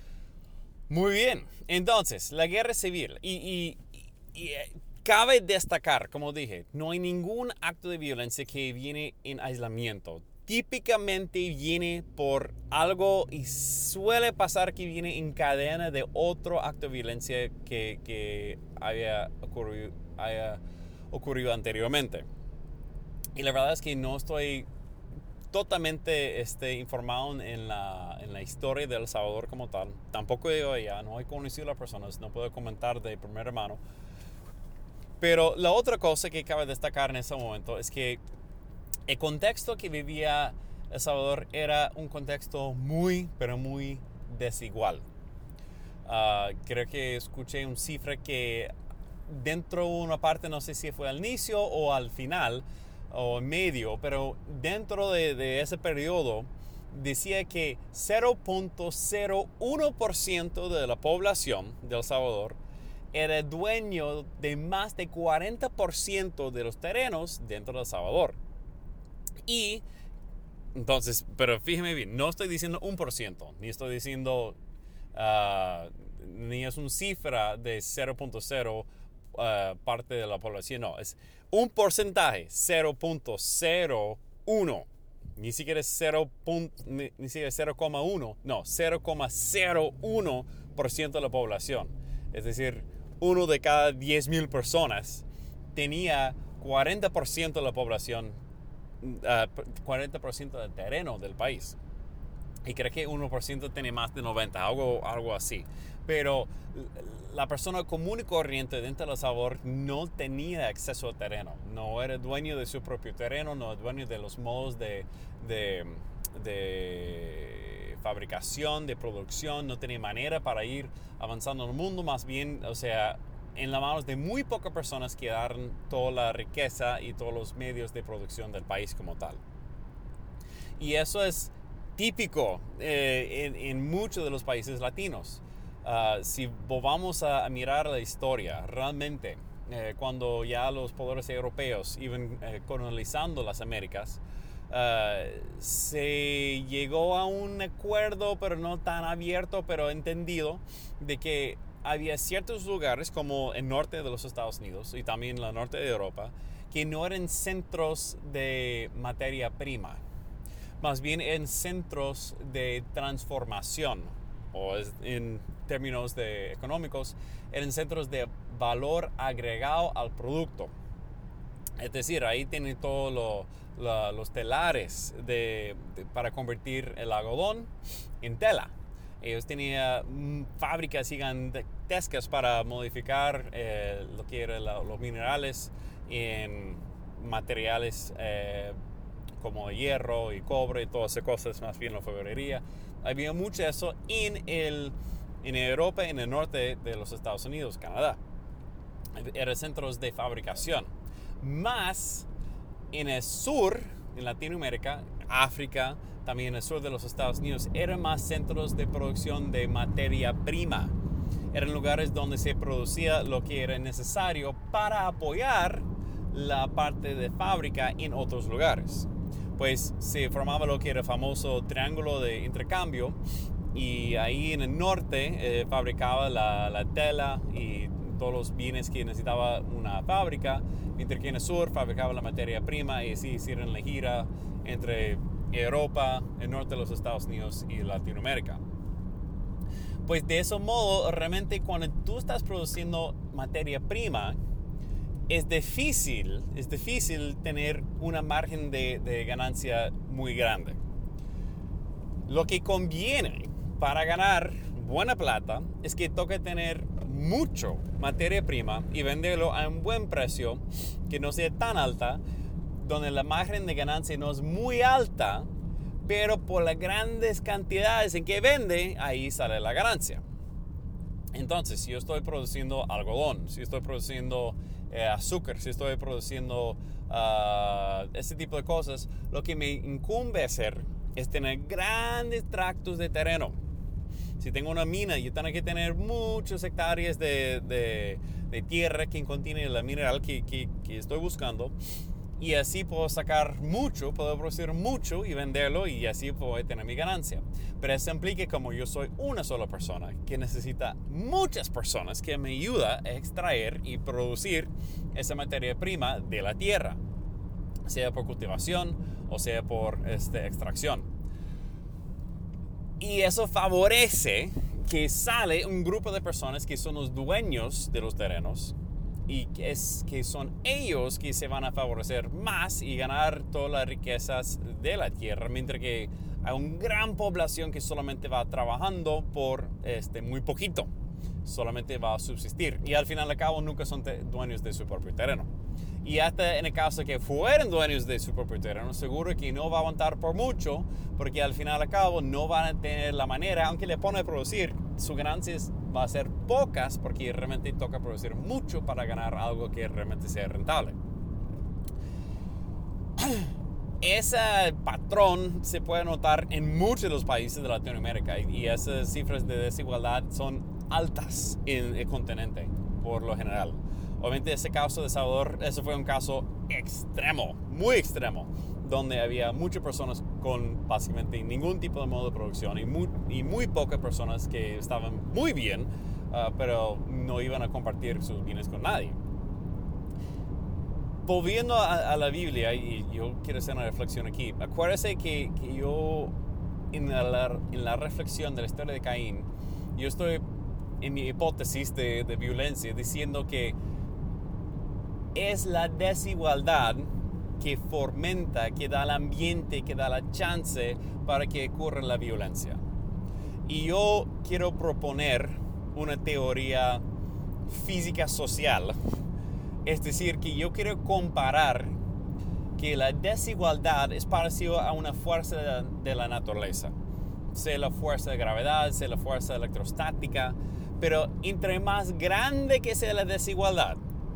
Muy bien, entonces, la guerra civil. Y, y, y, y cabe destacar, como dije, no hay ningún acto de violencia que viene en aislamiento. Típicamente viene por algo y suele pasar que viene en cadena de otro acto de violencia que, que haya, ocurrido, haya ocurrido anteriormente. Y la verdad es que no estoy totalmente este, informado en la, en la historia de El Salvador como tal. Tampoco he ido allá, no he conocido a las personas, no puedo comentar de primera mano. Pero la otra cosa que cabe destacar en ese momento es que el contexto que vivía El Salvador era un contexto muy, pero muy desigual. Uh, creo que escuché una cifra que dentro de una parte, no sé si fue al inicio o al final, o en medio, pero dentro de, de ese periodo decía que cero punto cero uno por ciento de la población de El Salvador era dueño de más de cuarenta por ciento de los terrenos dentro de El Salvador. Y Entonces, pero fíjeme bien, no estoy diciendo un por ciento, ni estoy diciendo, uh, ni es una cifra de cero punto cero uh, parte de la población, no, es un porcentaje, cero punto cero uno, ni siquiera es cero, ni, ni siquiera cero coma uno, no, cero coma cero uno por ciento de la población. Es decir, uno de cada diez mil personas tenía cuarenta por ciento de la población, Uh, cuarenta por ciento del terreno del país. Y creo que uno por ciento tiene más de noventa, algo, algo así. Pero la persona común y corriente dentro del sabor no tenía acceso al terreno. No era dueño de su propio terreno, no era dueño de los modos de, de, de fabricación, de producción. No tenía manera para ir avanzando en el mundo. Más bien, o sea, en las manos de muy pocas personas quedaron toda la riqueza y todos los medios de producción del país como tal. Y eso es típico eh, en, en muchos de los países latinos. Uh, si vamos a, a mirar la historia, realmente, eh, cuando ya los poderes europeos iban eh, colonizando las Américas, uh, se llegó a un acuerdo, pero no tan abierto, pero entendido, de que había ciertos lugares como el norte de los Estados Unidos y también el norte de Europa que no eran centros de materia prima, más bien en centros de transformación, o en términos de económicos, eran centros de valor agregado al producto. Es decir, ahí tienen todos lo, lo, los telares de, de, para convertir el algodón en tela. Ellos tenían fábricas gigantescas para modificar eh, lo que eran los minerales en materiales eh, como hierro y cobre y todas esas cosas, más bien la fibrería. Había mucho de eso en, el, en Europa, en el norte de los Estados Unidos, Canadá. Eran centros de fabricación. Más en el sur, en Latinoamérica, África, también en el sur de los Estados Unidos, eran más centros de producción de materia prima. Eran lugares donde se producía lo que era necesario para apoyar la parte de fábrica en otros lugares. Pues se formaba lo que era el famoso triángulo de intercambio, y ahí en el norte eh, fabricaba la, la tela y todos los bienes que necesitaba una fábrica, mientras que en el sur fabricaba la materia prima, y así hicieron la gira entre Europa, el norte de los Estados Unidos y Latinoamérica. Pues de ese modo, realmente cuando tú estás produciendo materia prima, es difícil, es difícil tener una margen de, de ganancia muy grande. Lo que conviene para ganar buena plata es que toca tener mucho materia prima y venderlo a un buen precio que no sea tan alta, donde la margen de ganancia no es muy alta, pero por las grandes cantidades en que vende, ahí sale la ganancia. Entonces, si yo estoy produciendo algodón, si estoy produciendo eh, azúcar, si estoy produciendo uh, ese tipo de cosas, lo que me incumbe hacer es tener grandes tractos de terreno. Si tengo una mina, yo tengo que tener muchas hectáreas de, de, de tierra que contiene la mineral que, que, que estoy buscando. Y así puedo sacar mucho, puedo producir mucho y venderlo, y así puedo tener mi ganancia. Pero eso implica, como yo soy una sola persona, que necesita muchas personas que me ayudan a extraer y producir esa materia prima de la tierra, sea por cultivación o sea por este, extracción. Y eso favorece que sale un grupo de personas que son los dueños de los terrenos, y que, es, que son ellos que se van a favorecer más y ganar todas las riquezas de la tierra, mientras que hay una gran población que solamente va trabajando por este, muy poquito, solamente va a subsistir, y al final de cabo nunca son dueños de su propio terreno. Y hasta en el caso que fueran dueños de su propio terreno, seguro que no va a aguantar por mucho, porque al final de cabo no van a tener la manera, aunque le pone a producir, sus ganancias va a ser pocas, porque realmente toca producir mucho para ganar algo que realmente sea rentable. Ese patrón se puede notar en muchos de los países de Latinoamérica, y esas cifras de desigualdad son altas en el continente por lo general. Obviamente ese caso de Salvador, ese fue un caso extremo, muy extremo, donde había muchas personas con básicamente ningún tipo de modo de producción y muy, y muy pocas personas que estaban muy bien, uh, pero no iban a compartir sus bienes con nadie. Volviendo a, a la Biblia, y yo quiero hacer una reflexión aquí, acuérdese que, que yo en la, en la reflexión de la historia de Caín, yo estoy en mi hipótesis de, de violencia diciendo que es la desigualdad que fomenta, que da el ambiente, que da la chance para que ocurra la violencia. Y yo quiero proponer una teoría física social, es decir, que yo quiero comparar que la desigualdad es parecida a una fuerza de, de la naturaleza, sea la fuerza de gravedad, sea la fuerza electrostática, pero entre más grande que sea la desigualdad,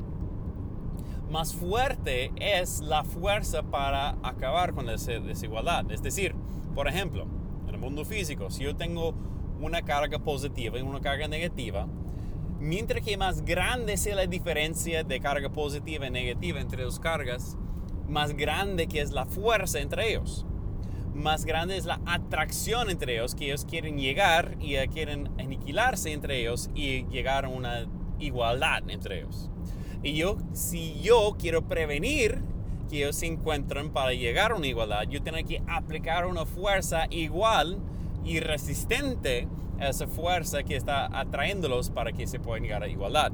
más fuerte es la fuerza para acabar con esa desigualdad. Es decir, por ejemplo, en el mundo físico, si yo tengo una carga positiva y una carga negativa, mientras que más grande sea la diferencia de carga positiva y negativa entre dos cargas, más grande que es la fuerza entre ellos. Más grande es la atracción entre ellos, que ellos quieren llegar y quieren aniquilarse entre ellos y llegar a una igualdad entre ellos. Y yo, si yo quiero prevenir que ellos se encuentren para llegar a una igualdad, yo tengo que aplicar una fuerza igual y resistente a esa fuerza que está atrayéndolos para que se puedan llegar a igualdad.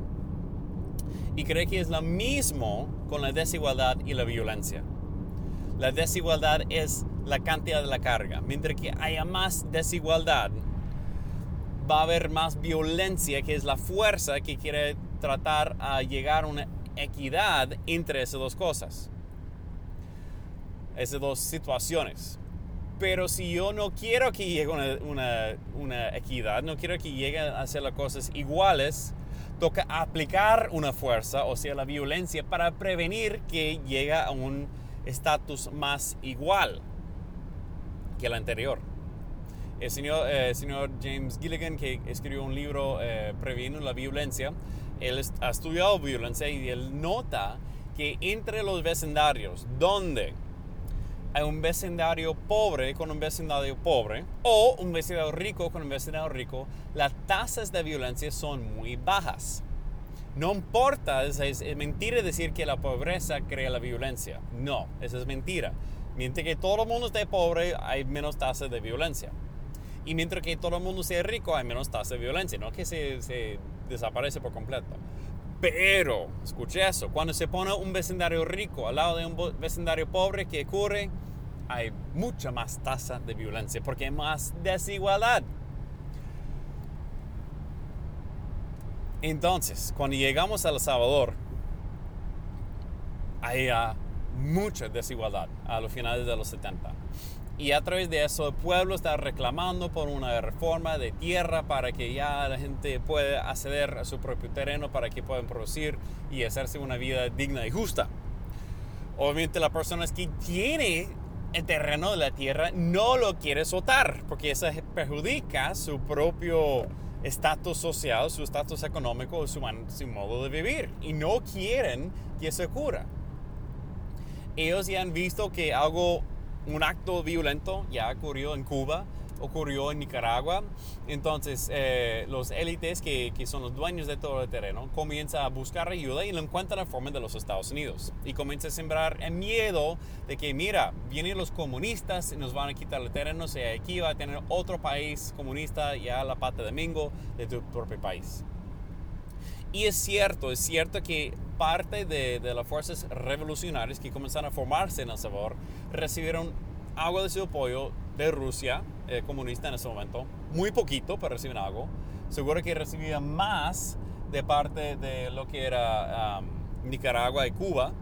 Y creo que es lo mismo con la desigualdad y la violencia. La desigualdad es la cantidad de la carga. Mientras que haya más desigualdad, va a haber más violencia, que es la fuerza que quiere tratar a llegar a una equidad entre esas dos cosas, esas dos situaciones. Pero si yo no quiero que llegue una, una, una equidad, no quiero que lleguen a hacer las cosas iguales, toca aplicar una fuerza, o sea, la violencia, para prevenir que llegue a un estatus más igual que el anterior. El señor, eh, señor James Gilligan, que escribió un libro eh, Previniendo la Violencia, él ha estudiado violencia y él nota que entre los vecindarios donde hay un vecindario pobre con un vecindario pobre o un vecindario rico con un vecindario rico, las tasas de violencia son muy bajas. No importa, es, es, es mentira decir que la pobreza crea la violencia. No, eso es mentira. Mientras que todo el mundo esté pobre, hay menos tasas de violencia. Y mientras que todo el mundo sea rico, hay menos tasa de violencia. No que se, se desaparece por completo. Pero, escuche eso, cuando se pone un vecindario rico al lado de un vecindario pobre, ¿qué ocurre? Hay mucha más tasa de violencia porque hay más desigualdad. Entonces, cuando llegamos a El Salvador, hay uh, mucha desigualdad a los finales de los setenta. Y a través de eso el pueblo está reclamando por una reforma de tierra para que ya la gente pueda acceder a su propio terreno para que puedan producir y hacerse una vida digna y justa. Obviamente la persona que tiene el terreno de la tierra no lo quiere soltar porque eso perjudica su propio estatus social, su estatus económico, su, su modo de vivir. Y no quieren que eso ocurra. Ellos ya han visto que algo... un acto violento ya ocurrió en Cuba, ocurrió en Nicaragua. Entonces eh, los élites que, que son los dueños de todo el terreno comienzan a buscar ayuda y lo encuentran en forma de los Estados Unidos. Y comienza a sembrar el miedo de que mira, vienen los comunistas y nos van a quitar el terreno, o sea, aquí va a tener otro país comunista ya la pata de mingo de tu propio país. Y es cierto, es cierto que parte de, de las fuerzas revolucionarias que comenzaron a formarse en El Salvador recibieron algo de su apoyo de Rusia, eh, comunista en ese momento. Muy poquito, pero reciben algo. Seguro que recibían más de parte de lo que era um, Nicaragua y Cuba.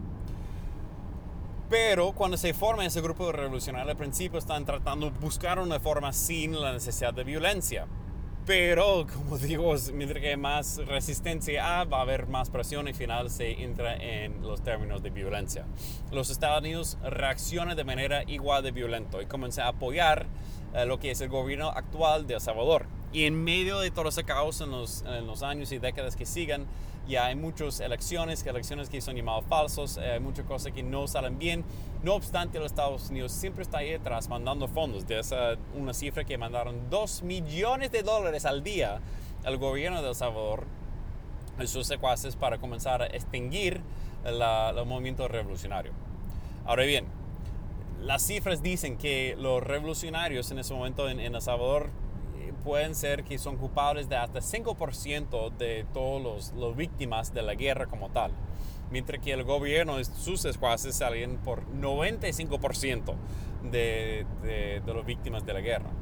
Pero cuando se forma ese grupo revolucionario, al principio están tratando de buscar una forma sin la necesidad de violencia. Pero, como digo, mientras que hay más resistencia va a haber más presión y al final se entra en los términos de violencia. Los Estados Unidos reaccionan de manera igual de violenta y comienzan a apoyar uh, lo que es el gobierno actual de El Salvador. Y en medio de todo ese caos en los, en los años y décadas que sigan, ya hay muchas elecciones, elecciones que son llamadas falsos, hay eh, muchas cosas que no salen bien. No obstante, los Estados Unidos siempre está ahí detrás mandando fondos. De esa, una cifra que mandaron dos millones de dólares al día al gobierno de El Salvador y sus secuaces para comenzar a extinguir la, el movimiento revolucionario. Ahora bien, las cifras dicen que los revolucionarios en ese momento en, en El Salvador pueden ser que son culpables de hasta cinco por ciento de todas las víctimas de la guerra como tal, mientras que el gobierno y sus secuaces salen por noventa y cinco por ciento de, de, de las víctimas de la guerra.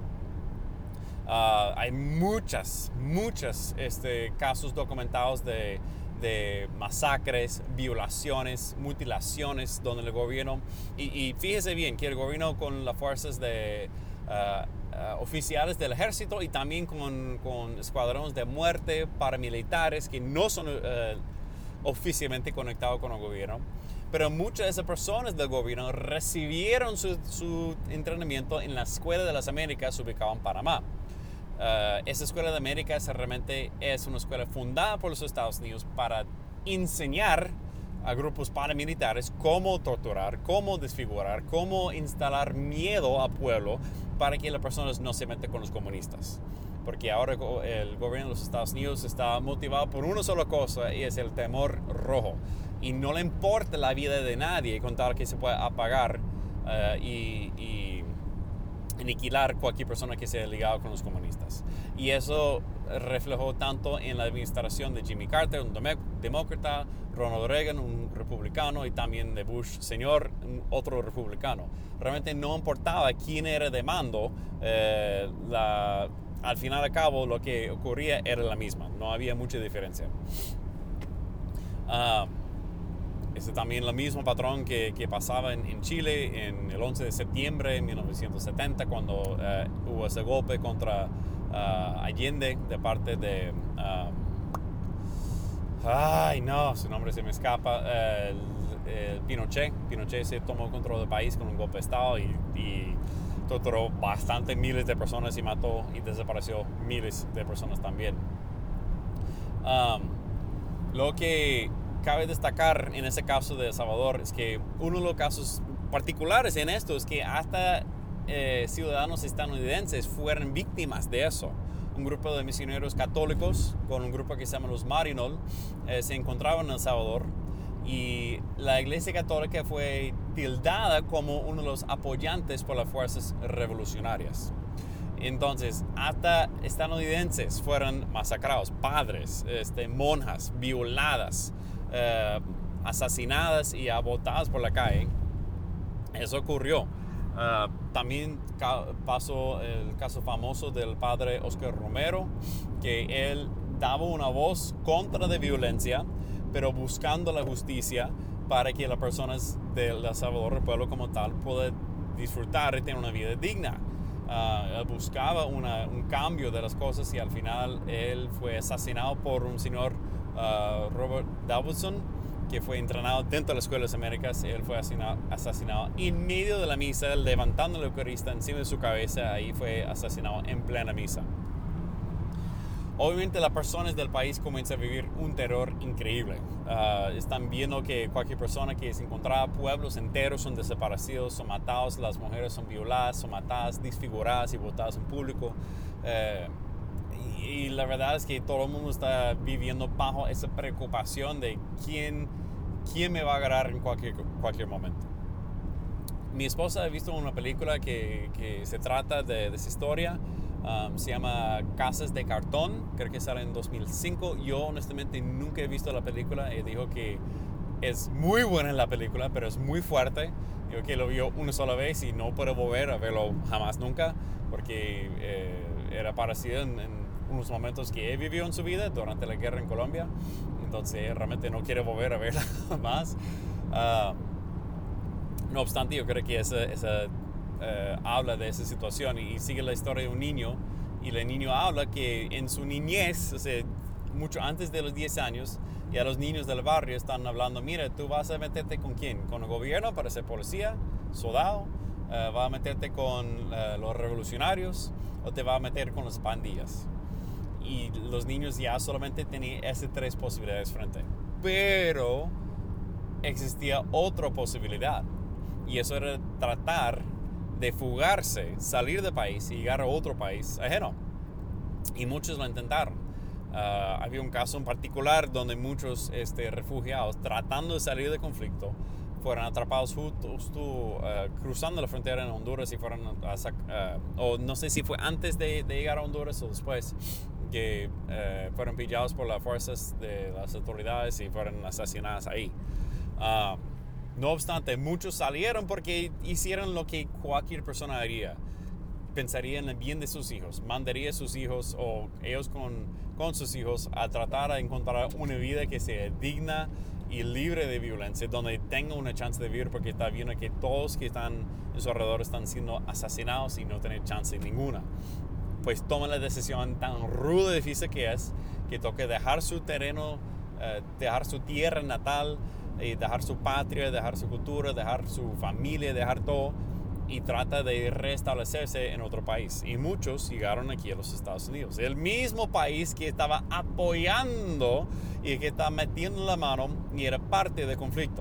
Uh, hay muchas, muchas este, casos documentados de, de masacres, violaciones, mutilaciones, donde el gobierno, y, y fíjese bien que el gobierno con las fuerzas de uh, uh, oficiales del ejército y también con, con escuadrones de muerte paramilitares que no son uh, oficialmente conectados con el gobierno, pero muchas de esas personas del gobierno recibieron su, su entrenamiento en la Escuela de las Américas ubicada en Panamá. Uh, esa Escuela de Américas realmente es una escuela fundada por los Estados Unidos para enseñar a grupos paramilitares cómo torturar, cómo desfigurar, cómo instalar miedo al pueblo para que las personas no se metan con los comunistas. Porque ahora el gobierno de los Estados Unidos está motivado por una sola cosa y es el temor rojo. Y no le importa la vida de nadie con tal que se pueda apagar uh, y... y aniquilar cualquier persona que sea ligada con los comunistas. Y eso reflejó tanto en la administración de Jimmy Carter, un demócrata, Ronald Reagan, un republicano, y también de Bush señor, otro republicano. Realmente no importaba quién era de mando, eh, la, al final y al cabo lo que ocurría era la misma, no había mucha diferencia. Uh, Es también el mismo patrón que, que pasaba en, en Chile en el once de septiembre de mil novecientos setenta, cuando uh, hubo ese golpe contra uh, Allende de parte de... Uh, ay, no, su nombre se me escapa. Uh, el, el Pinochet. Pinochet se tomó control del país con un golpe de Estado y, y torturó bastante miles de personas y mató y desapareció miles de personas también. Um, lo que... cabe destacar en ese caso de El Salvador es que uno de los casos particulares en esto es que hasta eh, ciudadanos estadounidenses fueron víctimas de eso. Un grupo de misioneros católicos con un grupo que se llama los Marinol eh, se encontraban en El Salvador y la Iglesia Católica fue tildada como uno de los apoyantes por las fuerzas revolucionarias. Entonces, hasta estadounidenses fueron masacrados, padres, este, monjas, violadas, eh, asesinadas y abortadas por la calle. Eso ocurrió. Uh, también ca- pasó el caso famoso del padre Oscar Romero, que él daba una voz contra la violencia, pero buscando la justicia para que las personas de El Salvador, el pueblo como tal, puedan disfrutar y tener una vida digna. Uh, él buscaba una, un cambio de las cosas y al final él fue asesinado por un señor uh, Robert Davidson, que fue entrenado dentro de la Escuela de las Américas. Él fue asesinado, asesinado en medio de la misa, levantando la Eucaristía encima de su cabeza. Ahí fue asesinado en plena misa. Obviamente las personas del país comienzan a vivir un terror increíble. Uh, están viendo que cualquier persona que se encontraba, pueblos enteros son desaparecidos, son matados, las mujeres son violadas, son matadas, desfiguradas y botadas en público. Uh, y, y la verdad es que todo el mundo está viviendo bajo esa preocupación de quién, quién me va a agarrar en cualquier, cualquier momento. Mi esposa ha visto una película que, que se trata de, de esa historia. Um, se llama Casas de Cartón, creo que sale en dos mil cinco. Yo honestamente nunca he visto la película y dijo que es muy buena la película, pero es muy fuerte. Digo que lo vio una sola vez y no puedo volver a verlo jamás nunca, porque eh, era parecido en, en unos momentos que él vivió en su vida durante la guerra en Colombia. Entonces realmente no quiero volver a verla más. Uh, no obstante, yo creo que esa... esa Uh, habla de esa situación y, y sigue la historia de un niño, y el niño habla que en su niñez, o sea, mucho antes de los diez años, ya los niños del barrio están hablando: mira, tú vas a meterte con quién, con el gobierno para ser policía, soldado, Uh, ¿Va a meterte con uh, los revolucionarios o te va a meter con las pandillas? Y los niños ya solamente tenían esas tres posibilidades frente. Pero existía otra posibilidad. Y eso era tratar de fugarse, salir del país y llegar a otro país ajeno. Y muchos lo intentaron. Uh, había un caso en particular donde muchos este, refugiados tratando de salir del conflicto fueron atrapados justo, justo uh, cruzando la frontera en Honduras y fueron a, uh, o no sé si fue antes de, de llegar a Honduras o después, que uh, fueron pillados por las fuerzas de las autoridades y fueron asesinados ahí. Uh, no obstante, muchos salieron porque hicieron lo que cualquier persona haría. Pensaría en el bien de sus hijos, mandaría a sus hijos o ellos con, con sus hijos a tratar de encontrar una vida que sea digna y libre de violencia, donde tenga una chance de vivir, porque está viendo que todos que están en su alrededor están siendo asesinados y no tienen chance ninguna. Pues toman la decisión tan ruda y difícil que es, que toca dejar su terreno, eh, dejar su tierra natal, y dejar su patria, dejar su cultura, dejar su familia, dejar todo, y trata de restablecerse en otro país. Y muchos llegaron aquí a los Estados Unidos, el mismo país que estaba apoyando y que estaba metiendo la mano y era parte del conflicto.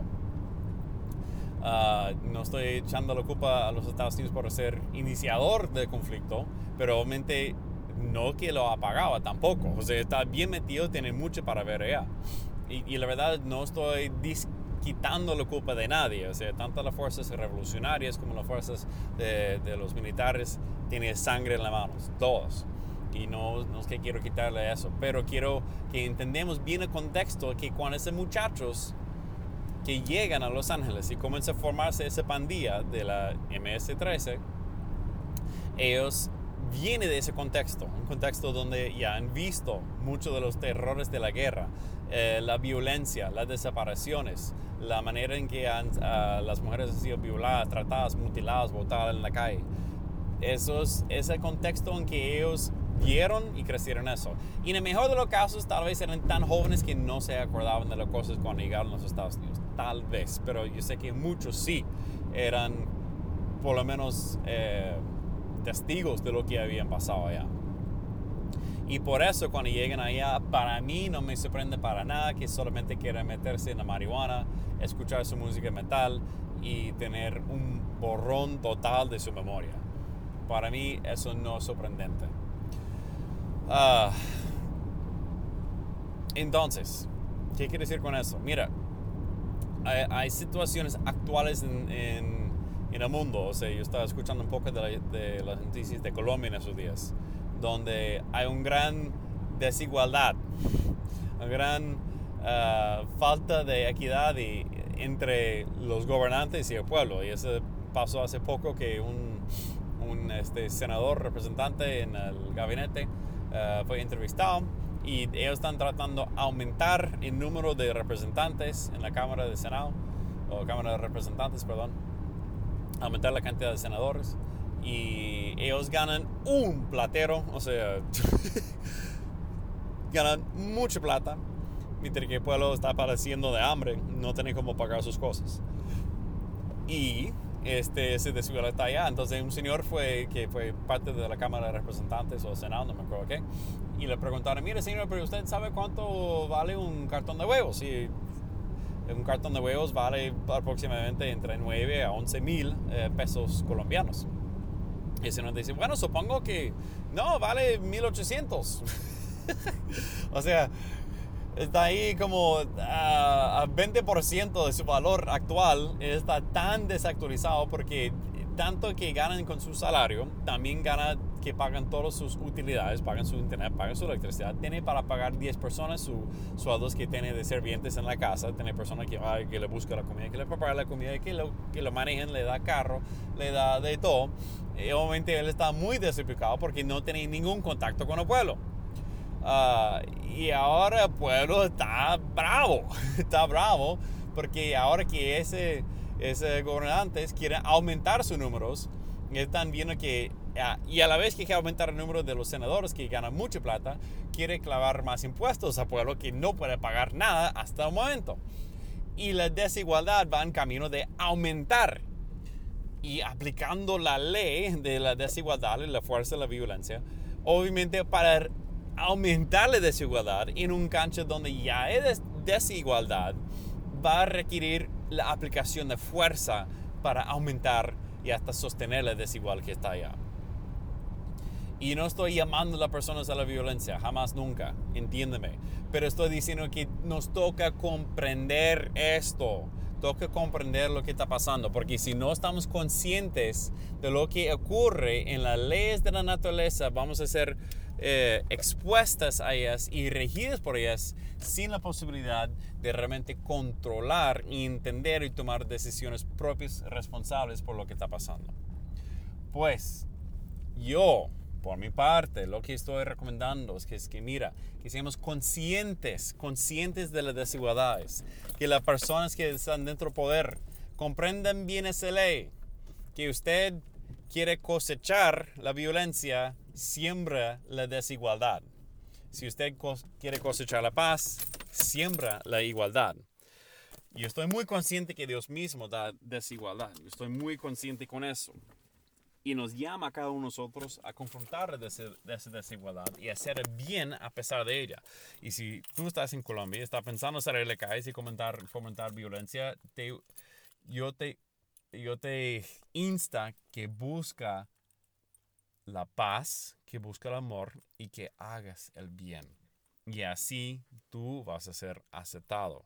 Uh, no estoy echando la culpa a los Estados Unidos por ser iniciador del conflicto, pero obviamente no que lo apagaba tampoco. O sea, está bien metido, tiene mucho para ver allá. Y, y la verdad no estoy dis- quitando la culpa de nadie. O sea, tanto las fuerzas revolucionarias como las fuerzas de, de los militares tienen sangre en las manos, todos. Y no, no es que quiero quitarle eso, pero quiero que entendamos bien el contexto, que cuando esos muchachos que llegan a Los Ángeles y comienza a formarse esa pandilla de la eme ese trece, ellos vienen de ese contexto, un contexto donde ya han visto muchos de los terrores de la guerra, eh, la violencia, las desapariciones, la manera en que han, uh, las mujeres han sido violadas, tratadas, mutiladas, botadas en la calle. Eso es ese contexto en que ellos vieron y crecieron eso. Y en el mejor de los casos, tal vez eran tan jóvenes que no se acordaban de las cosas cuando llegaron a los Estados Unidos. Tal vez, pero yo sé que muchos sí eran por lo menos eh, testigos de lo que habían pasado allá. Y por eso cuando llegan allá, para mí no me sorprende para nada que solamente quieran meterse en la marihuana, escuchar su música metal y tener un borrón total de su memoria. Para mí eso no es sorprendente. Uh, entonces, ¿qué quiere decir con eso? Mira, hay, hay situaciones actuales en, en, en el mundo. O sea, yo estaba escuchando un poco de, la, de las noticias de Colombia en esos días, donde hay una gran desigualdad, una gran uh, falta de equidad y, entre los gobernantes y el pueblo. Y eso pasó hace poco que un, un este, senador representante en el gabinete uh, fue entrevistado y ellos están tratando de aumentar el número de representantes en la Cámara de Senado, o Cámara de Representantes, perdón, aumentar la cantidad de senadores. Y ellos ganan un platero, o sea, ganan mucha plata, mientras que el pueblo está padeciendo de hambre, no tiene cómo pagar sus cosas. Y este, se desigualdad está allá. Entonces un señor fue, que fue parte de la Cámara de Representantes o Senado, no me acuerdo qué, y le preguntaron, mire señor, pero usted sabe cuánto vale un cartón de huevos. Y un cartón de huevos vale aproximadamente entre nueve a once mil eh, pesos colombianos. Y el señor dice, bueno, supongo que no, vale mil ochocientos. O sea, está ahí como uh, a veinte por ciento de su valor actual. Está tan desactualizado porque tanto que ganan con su salario, también ganan que pagan todas sus utilidades, pagan su internet, pagan su electricidad. Tiene para pagar diez personas sus sueldos que tiene de servientes en la casa. Tiene personas que, ay, que le busca la comida, que le prepara la comida, que lo, que lo manejen, le da carro, le da de todo. Y obviamente él está muy desubicado porque no tiene ningún contacto con el pueblo. Uh, y ahora el pueblo está bravo, está bravo porque ahora que ese, ese gobernantes quieren aumentar sus números, están viendo que, uh, y a la vez que quiere aumentar el número de los senadores que ganan mucha plata, quiere clavar más impuestos al pueblo que no puede pagar nada hasta el momento. Y la desigualdad va en camino de aumentar. y aplicando la ley de la desigualdad y la fuerza de la violencia, obviamente para aumentar la desigualdad en un cancha donde ya hay des desigualdad, va a requerir la aplicación de fuerza para aumentar y hasta sostener la desigualdad que está allá. Y no estoy llamando a las personas a la violencia, jamás, nunca, entiéndeme. Pero estoy diciendo que nos toca comprender esto, toca comprender lo que está pasando, porque si no estamos conscientes de lo que ocurre en las leyes de la naturaleza, vamos a ser eh, expuestas a ellas y regidas por ellas sin la posibilidad de realmente controlar y entender y tomar decisiones propias responsables por lo que está pasando. Pues yo, por mi parte, lo que estoy recomendando es que, es que mira, que seamos conscientes, conscientes de las desigualdades, que las personas que están dentro del poder comprendan bien esa ley, que usted quiere cosechar la violencia, siembra la desigualdad. Si usted quiere cosechar la paz, siembra la igualdad. Yo estoy muy consciente que Dios mismo da desigualdad. Yo estoy muy consciente con eso. Y nos llama a cada uno de nosotros a confrontar esa desigualdad y hacer bien a pesar de ella. Y si tú estás en Colombia y estás pensando salir de la calle y comentar, fomentar violencia, te, yo, te, yo te insta que busca la paz, que busca el amor y que hagas el bien. Y así tú vas a ser aceptado.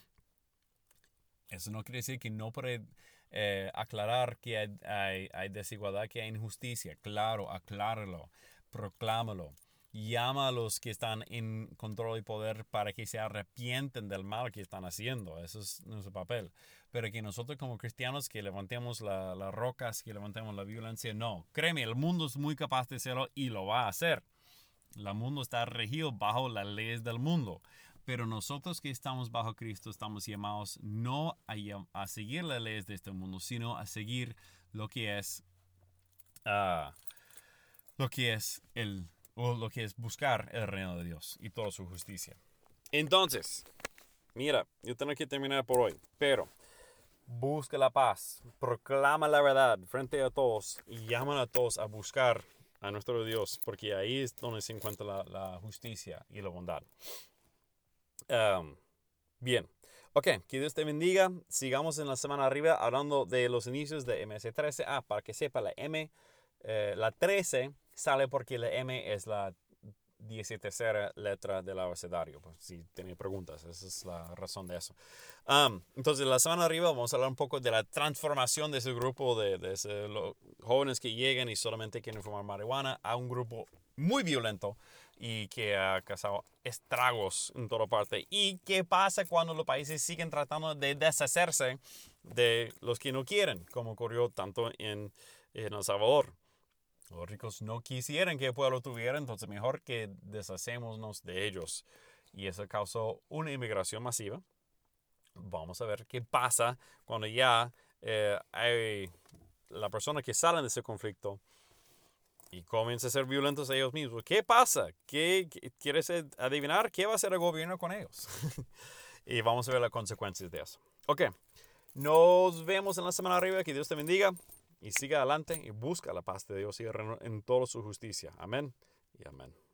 Eso no quiere decir que no puede eh, aclarar que hay, hay, hay desigualdad, que hay injusticia. Claro, acláralo, proclámalo. Llama a los que están en control y poder para que se arrepienten del mal que están haciendo. Eso es nuestro papel. Pero que nosotros como cristianos que levantemos la, las rocas, que levantemos la violencia, no. Créeme, el mundo es muy capaz de hacerlo y lo va a hacer. El mundo está regido bajo las leyes del mundo. Pero nosotros que estamos bajo Cristo estamos llamados no a, a seguir las leyes de este mundo, sino a seguir lo que es, uh, lo que es el, o lo que es buscar el reino de Dios y toda su justicia. Entonces, mira, yo tengo que terminar por hoy, pero busca la paz, proclama la verdad frente a todos y llama a todos a buscar a nuestro Dios, porque ahí es donde se encuentra la, la justicia y la bondad. Um, bien, ok, que Dios te bendiga. Sigamos en la semana arriba hablando de los inicios de M S trece. Ah, para que sepa, la M, eh, la trece sale porque la M es la diecitercera letra del abecedario. Pues, si tiene preguntas, esa es la razón de eso. Um, entonces, la semana arriba vamos a hablar un poco de la transformación de ese grupo de, de ese, los jóvenes que llegan y solamente quieren fumar marihuana a un grupo muy violento y que ha causado estragos en toda parte. ¿Y qué pasa cuando los países siguen tratando de deshacerse de los que no quieren, como ocurrió tanto en, en El Salvador? Los ricos no quisieran que el pueblo tuviera, entonces mejor que deshacémonos de ellos. Y eso causó una inmigración masiva. Vamos a ver qué pasa cuando ya eh, hay la persona que sale de ese conflicto y comienza a ser violentos a ellos mismos. ¿Qué pasa? ¿Qué, qué, ¿Quieres adivinar qué va a hacer el gobierno con ellos? Y vamos a ver las consecuencias de eso. Ok, nos vemos en la semana arriba. Que Dios te bendiga y siga adelante y busca la paz de Dios y en toda su justicia. Amén y amén.